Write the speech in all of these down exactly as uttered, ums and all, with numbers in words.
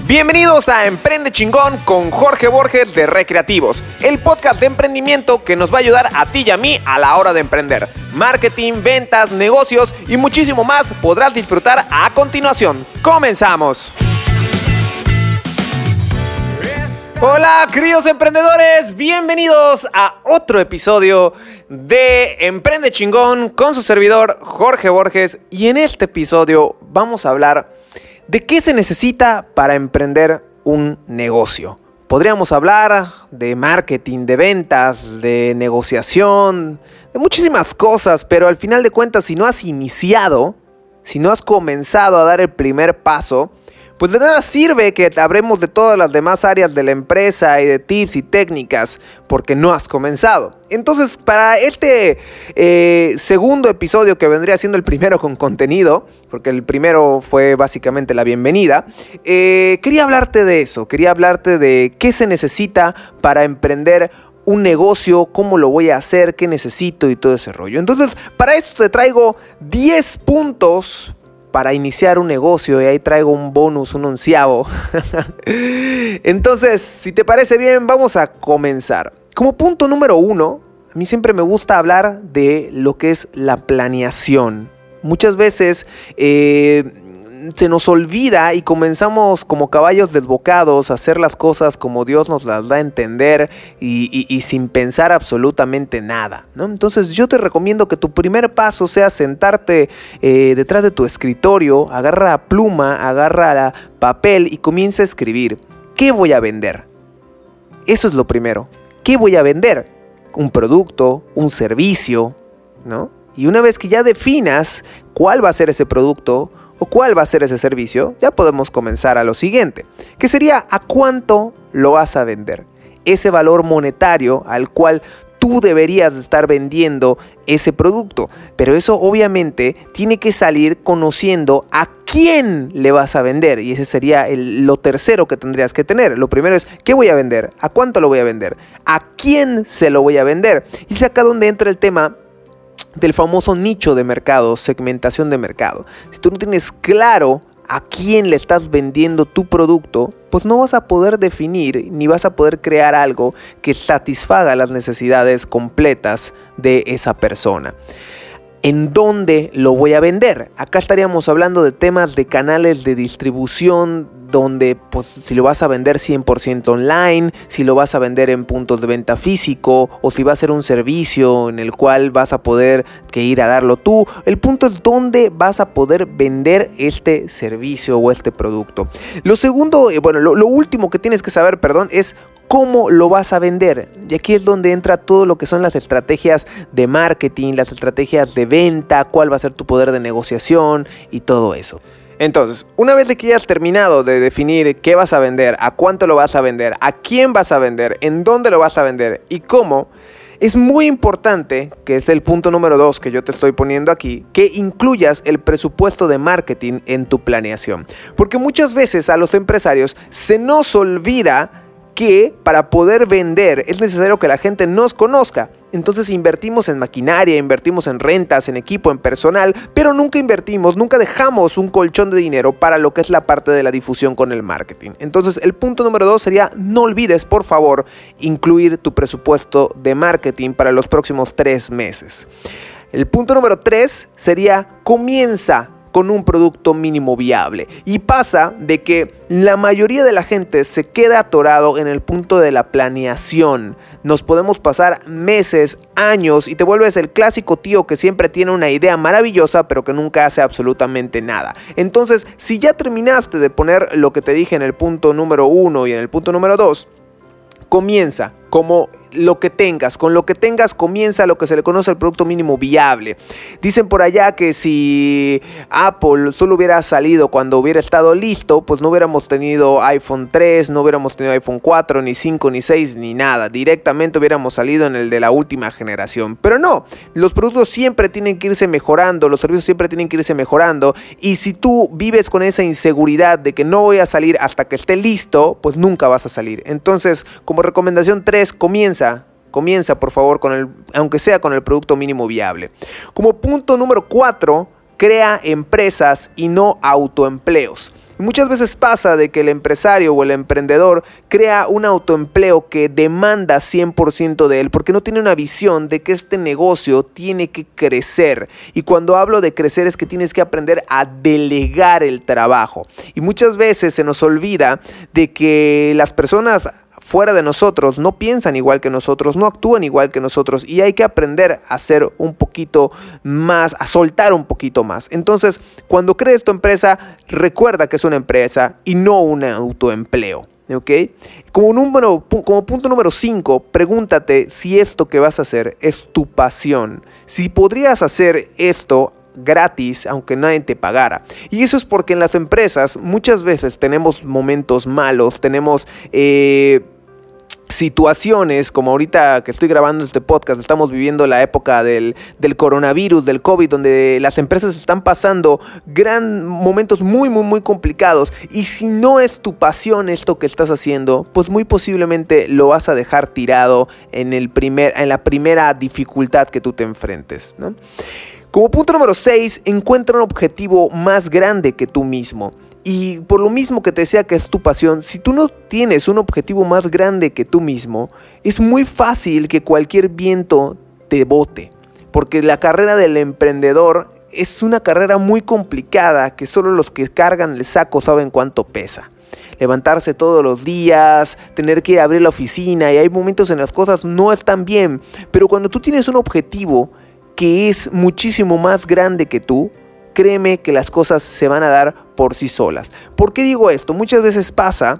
Bienvenidos a Emprende Chingón con Jorge Borges de Recreativos, el podcast de emprendimiento que nos va a ayudar a ti y a mí a la hora de emprender. Marketing, ventas, negocios y muchísimo más podrás disfrutar a continuación. ¡Comenzamos! Hola, queridos emprendedores, bienvenidos a otro episodio de Emprende Chingón con su servidor Jorge Borges. Y en este episodio vamos a hablar de qué se necesita para emprender un negocio. Podríamos hablar de marketing, de ventas, de negociación, de muchísimas cosas, pero al final de cuentas, si no has iniciado, si no has comenzado a dar el primer paso, pues de nada sirve que te hablemos de todas las demás áreas de la empresa y de tips y técnicas, porque no has comenzado. Entonces, para este eh, segundo episodio, que vendría siendo el primero con contenido, porque el primero fue básicamente la bienvenida, eh, quería hablarte de eso, quería hablarte de qué se necesita para emprender un negocio, cómo lo voy a hacer, qué necesito y todo ese rollo. Entonces, para esto te traigo diez puntos para iniciar un negocio, y ahí traigo un bonus, un onceavo. Entonces, si te parece bien, vamos a comenzar. Como punto número uno, a mí siempre me gusta hablar de lo que es la planeación. Muchas veces eh, se nos olvida y comenzamos como caballos desbocados a hacer las cosas como Dios nos las da a entender y, y, y sin pensar absolutamente nada, ¿no? Entonces yo te recomiendo que tu primer paso sea sentarte eh, detrás de tu escritorio, agarra la pluma, agarra la papel y comienza a escribir. ¿Qué voy a vender? Eso es lo primero. ¿Qué voy a vender? Un producto, un servicio, ¿no? Y una vez que ya definas cuál va a ser ese producto o cuál va a ser ese servicio, ya podemos comenzar a lo siguiente, que sería ¿a cuánto lo vas a vender? Ese valor monetario al cual tú deberías estar vendiendo ese producto. Pero eso obviamente tiene que salir conociendo a quién le vas a vender. Y ese sería el, lo tercero que tendrías que tener. Lo primero es, ¿qué voy a vender? ¿A cuánto lo voy a vender? ¿A quién se lo voy a vender? Y es acá donde entra el tema del famoso nicho de mercado, segmentación de mercado. Si tú no tienes claro a quién le estás vendiendo tu producto, pues no vas a poder definir ni vas a poder crear algo que satisfaga las necesidades completas de esa persona. ¿En dónde lo voy a vender? Acá estaríamos hablando de temas de canales de distribución, donde pues si lo vas a vender cien por ciento online, si lo vas a vender en puntos de venta físico, o si va a ser un servicio en el cual vas a poder que ir a darlo tú. El punto es dónde vas a poder vender este servicio o este producto. Lo segundo, bueno, lo, lo último que tienes que saber, perdón, es ¿cómo lo vas a vender? Y aquí es donde entra todo lo que son las estrategias de marketing, las estrategias de venta, cuál va a ser tu poder de negociación y todo eso. Entonces, una vez de que ya has terminado de definir qué vas a vender, a cuánto lo vas a vender, a quién vas a vender, en dónde lo vas a vender y cómo, es muy importante, que es el punto número dos que yo te estoy poniendo aquí, que incluyas el presupuesto de marketing en tu planeación. Porque muchas veces a los empresarios se nos olvida que para poder vender es necesario que la gente nos conozca. Entonces invertimos en maquinaria, invertimos en rentas, en equipo, en personal, pero nunca invertimos, nunca dejamos un colchón de dinero para lo que es la parte de la difusión con el marketing. Entonces el punto número dos sería, no olvides por favor incluir tu presupuesto de marketing para los próximos tres meses. El punto número tres sería, comienza con un producto mínimo viable. Y pasa de que la mayoría de la gente se queda atorado en el punto de la planeación. Nos podemos pasar meses, años y te vuelves el clásico tío que siempre tiene una idea maravillosa pero que nunca hace absolutamente nada. Entonces, si ya terminaste de poner lo que te dije en el punto número uno y en el punto número dos, comienza como lo que tengas, con lo que tengas comienza lo que se le conoce el producto mínimo viable. Dicen por allá que si Apple solo hubiera salido cuando hubiera estado listo, pues no hubiéramos tenido iPhone tres, no hubiéramos tenido iPhone cuatro, ni cinco, ni seis, ni nada. Directamente hubiéramos salido en el de la última generación. Pero no, los productos siempre tienen que irse mejorando, los servicios siempre tienen que irse mejorando. Y si tú vives con esa inseguridad de que no voy a salir hasta que esté listo, pues nunca vas a salir. Entonces, como recomendación tres, comienza. Comienza, por favor, con el, aunque sea con el producto mínimo viable. Como punto número cuatro, crea empresas y no autoempleos. Y muchas veces pasa de que el empresario o el emprendedor crea un autoempleo que demanda cien por ciento de él porque no tiene una visión de que este negocio tiene que crecer. Y cuando hablo de crecer es que tienes que aprender a delegar el trabajo. Y muchas veces se nos olvida de que las personas fuera de nosotros no piensan igual que nosotros, no actúan igual que nosotros y hay que aprender a ser un poquito más, a soltar un poquito más. Entonces, cuando crees tu empresa, recuerda que es una empresa y no un autoempleo. ¿Ok? Como, número, como punto número cinco, pregúntate si esto que vas a hacer es tu pasión. Si podrías hacer esto gratis, aunque nadie te pagara. Y eso es porque en las empresas muchas veces tenemos momentos malos, tenemos eh, situaciones, como ahorita que estoy grabando este podcast, estamos viviendo la época del, del coronavirus, del COVID, donde las empresas están pasando gran momentos muy, muy, muy complicados. Y si no es tu pasión esto que estás haciendo, pues muy posiblemente lo vas a dejar tirado en, el primer, en la primera dificultad que tú te enfrentes, ¿no? Como punto número seis, encuentra un objetivo más grande que tú mismo. Y por lo mismo que te decía que es tu pasión, si tú no tienes un objetivo más grande que tú mismo, es muy fácil que cualquier viento te bote. Porque la carrera del emprendedor es una carrera muy complicada que solo los que cargan el saco saben cuánto pesa. Levantarse todos los días, tener que ir a abrir la oficina y hay momentos en las cosas no están bien. Pero cuando tú tienes un objetivo que es muchísimo más grande que tú, créeme que las cosas se van a dar por sí solas. ¿Por qué digo esto? Muchas veces pasa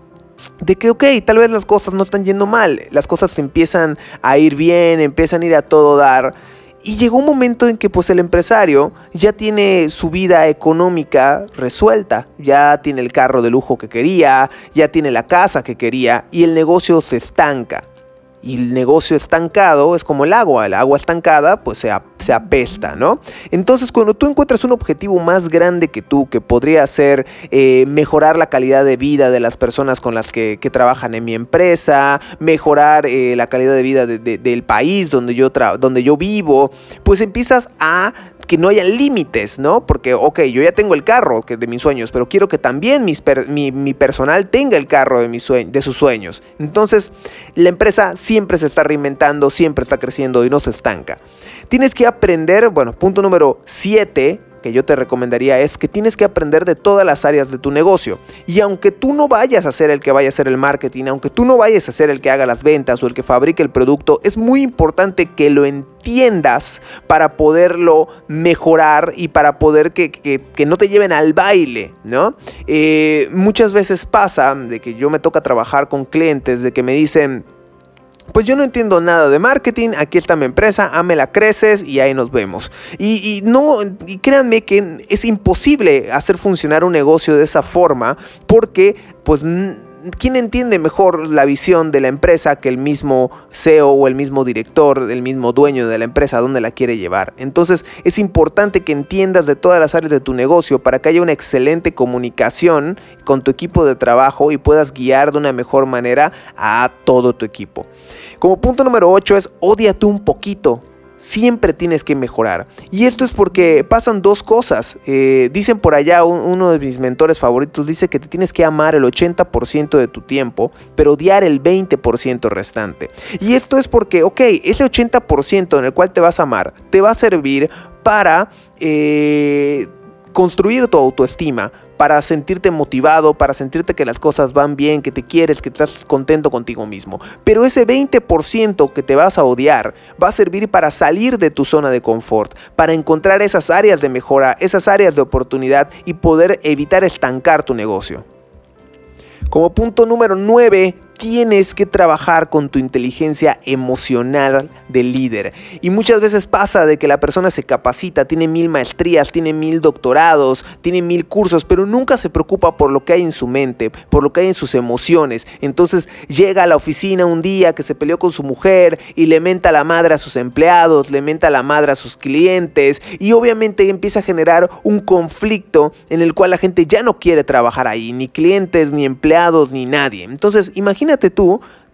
de que, ok, tal vez las cosas no están yendo mal, las cosas empiezan a ir bien, empiezan a ir a todo dar, y llegó un momento en que pues el empresario ya tiene su vida económica resuelta, ya tiene el carro de lujo que quería, ya tiene la casa que quería, y el negocio se estanca. Y el negocio estancado es como el agua, el agua estancada pues se, se apesta, ¿no? Entonces cuando tú encuentras un objetivo más grande que tú, que podría ser eh, mejorar la calidad de vida de las personas con las que, que trabajan en mi empresa, mejorar eh, la calidad de vida de, de, del país donde yo, tra- donde yo vivo, pues empiezas a que no haya límites, ¿no? Porque, ok, yo ya tengo el carro que de mis sueños, pero quiero que también mis per- mi, mi personal tenga el carro de, mis sue- de sus sueños. Entonces, la empresa siempre se está reinventando, siempre está creciendo y no se estanca. Tienes que aprender, bueno, punto número siete, que yo te recomendaría es que tienes que aprender de todas las áreas de tu negocio. Y aunque tú no vayas a ser el que vaya a hacer el marketing, aunque tú no vayas a ser el que haga las ventas o el que fabrique el producto, es muy importante que lo entiendas para poderlo mejorar y para poder que, que, que no te lleven al baile, ¿no? Eh, muchas veces pasa de que yo me toca trabajar con clientes de que me dicen: pues yo no entiendo nada de marketing, aquí está mi empresa, hámela creces y ahí nos vemos. Y, y, no, y créanme que es imposible hacer funcionar un negocio de esa forma porque, pues, ¿quién entiende mejor la visión de la empresa que el mismo C E O o el mismo director, el mismo dueño de la empresa, a dónde la quiere llevar? Entonces es importante que entiendas de todas las áreas de tu negocio para que haya una excelente comunicación con tu equipo de trabajo y puedas guiar de una mejor manera a todo tu equipo. Como punto número ocho es: ódiate un poquito. Siempre tienes que mejorar. Y esto es porque pasan dos cosas. Eh, dicen por allá, un, uno de mis mentores favoritos dice que te tienes que amar el ochenta por ciento de tu tiempo, pero odiar el veinte por ciento restante. Y esto es porque, ok, ese ochenta por ciento en el cual te vas a amar, te va a servir para eh, construir tu autoestima, para sentirte motivado, para sentirte que las cosas van bien, que te quieres, que estás contento contigo mismo. Pero ese veinte por ciento que te vas a odiar va a servir para salir de tu zona de confort, para encontrar esas áreas de mejora, esas áreas de oportunidad y poder evitar estancar tu negocio. Como punto número nueve, tienes que trabajar con tu inteligencia emocional de líder. Y muchas veces pasa de que la persona se capacita, tiene mil maestrías, tiene mil doctorados, tiene mil cursos, pero nunca se preocupa por lo que hay en su mente, por lo que hay en sus emociones. Entonces llega a la oficina un día que se peleó con su mujer y le menta la madre a sus empleados, le menta la madre a sus clientes y obviamente empieza a generar un conflicto en el cual la gente ya no quiere trabajar ahí, ni clientes, ni empleados, ni nadie. Entonces imagínate Imagínate tú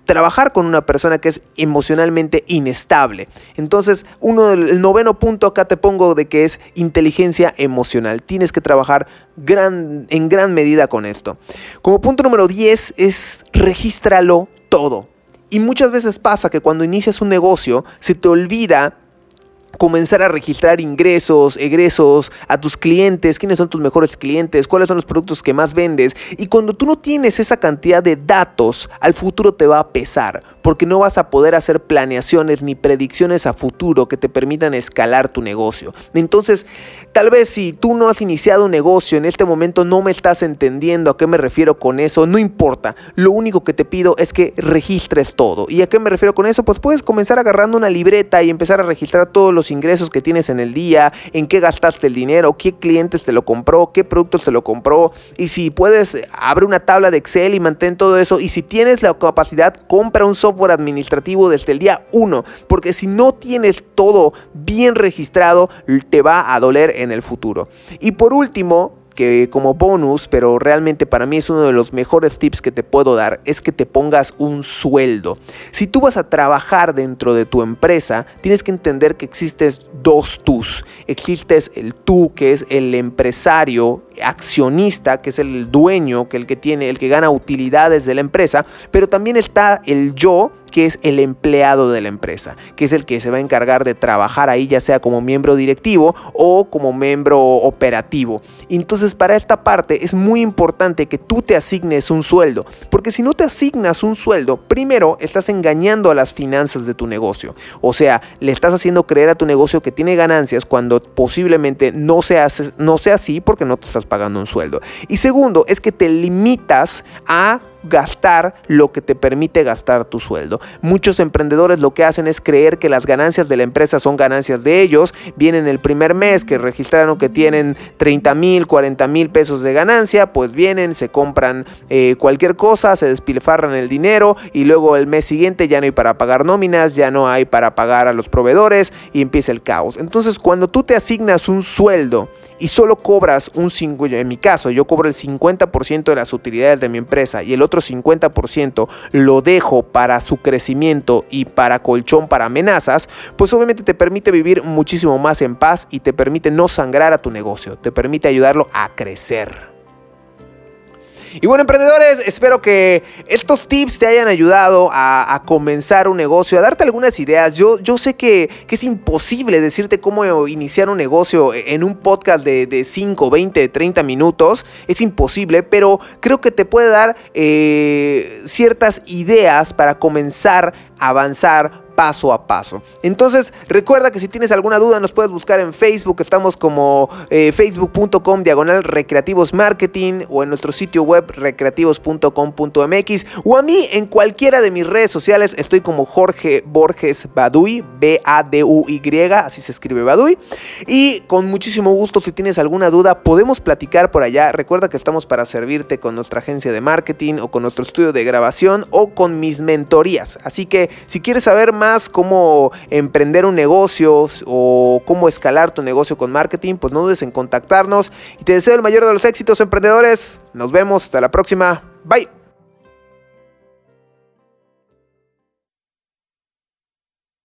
trabajar con una persona que es emocionalmente inestable. Entonces, uno del el noveno punto acá te pongo de que es inteligencia emocional. Tienes que trabajar gran, en gran medida con esto. Como punto número diez es regístralo todo. Y muchas veces pasa que cuando inicias un negocio se te olvida comenzar a registrar ingresos, egresos, a tus clientes, quiénes son tus mejores clientes, cuáles son los productos que más vendes. Y cuando tú no tienes esa cantidad de datos, al futuro te va a pesar, porque no vas a poder hacer planeaciones ni predicciones a futuro que te permitan escalar tu negocio. Entonces, tal vez si tú no has iniciado un negocio, en este momento no me estás entendiendo a qué me refiero con eso, no importa. Lo único que te pido es que registres todo. ¿Y a qué me refiero con eso? Pues puedes comenzar agarrando una libreta y empezar a registrar todos los ingresos que tienes en el día, en qué gastaste el dinero, qué clientes te lo compró, qué productos te lo compró. Y si puedes, abre una tabla de Excel y mantén todo eso. Y si tienes la capacidad, compra un software administrativo desde el día uno, porque si no tienes todo bien registrado, te va a doler en el futuro. Y por último, que como bonus, pero realmente para mí es uno de los mejores tips que te puedo dar, es que te pongas un sueldo. Si tú vas a trabajar dentro de tu empresa, tienes que entender que existes dos tus. Existes el tú, que es el empresario accionista, que es el dueño, que el que tiene, el que gana utilidades de la empresa, pero también está el yo, que es el empleado de la empresa, que es el que se va a encargar de trabajar ahí, ya sea como miembro directivo o como miembro operativo. Entonces, para esta parte es muy importante que tú te asignes un sueldo, porque si no te asignas un sueldo, primero estás engañando a las finanzas de tu negocio. O sea, le estás haciendo creer a tu negocio que tiene ganancias cuando posiblemente no sea, no sea así, porque no te estás pagando un sueldo. Y segundo, es que te limitas a gastar lo que te permite gastar tu sueldo. Muchos emprendedores lo que hacen es creer que las ganancias de la empresa son ganancias de ellos. Vienen el primer mes que registraron que tienen treinta mil, cuarenta mil pesos de ganancia, pues vienen, se compran eh, cualquier cosa, se despilfarran el dinero y luego el mes siguiente ya no hay para pagar nóminas, ya no hay para pagar a los proveedores y empieza el caos. Entonces, cuando tú te asignas un sueldo y solo cobras un cinco, en mi caso, yo cobro el cincuenta por ciento de las utilidades de mi empresa y el otro cincuenta por ciento lo dejo para su crecimiento y para colchón para amenazas, pues obviamente te permite vivir muchísimo más en paz y te permite no sangrar a tu negocio, te permite ayudarlo a crecer. Y bueno, emprendedores, espero que estos tips te hayan ayudado a, a comenzar un negocio, a darte algunas ideas. Yo, yo sé que, que es imposible decirte cómo iniciar un negocio en un podcast de, de cinco, veinte, treinta minutos. Es imposible, pero creo que te puede dar eh, ciertas ideas para comenzar a avanzar paso a paso. Entonces, recuerda que si tienes alguna duda nos puedes buscar en Facebook. Estamos como eh, facebook punto com diagonal recreativos marketing o en nuestro sitio web recreativos punto com punto m x o a mí en cualquiera de mis redes sociales. Estoy como Jorge Borges Baduy, B A D U Y, así se escribe Baduy. Y con muchísimo gusto, si tienes alguna duda, podemos platicar por allá. Recuerda que estamos para servirte con nuestra agencia de marketing o con nuestro estudio de grabación o con mis mentorías. Así que si quieres saber más cómo emprender un negocio o cómo escalar tu negocio con marketing, pues no dudes en contactarnos y te deseo el mayor de los éxitos, emprendedores. Nos vemos, hasta la próxima, bye.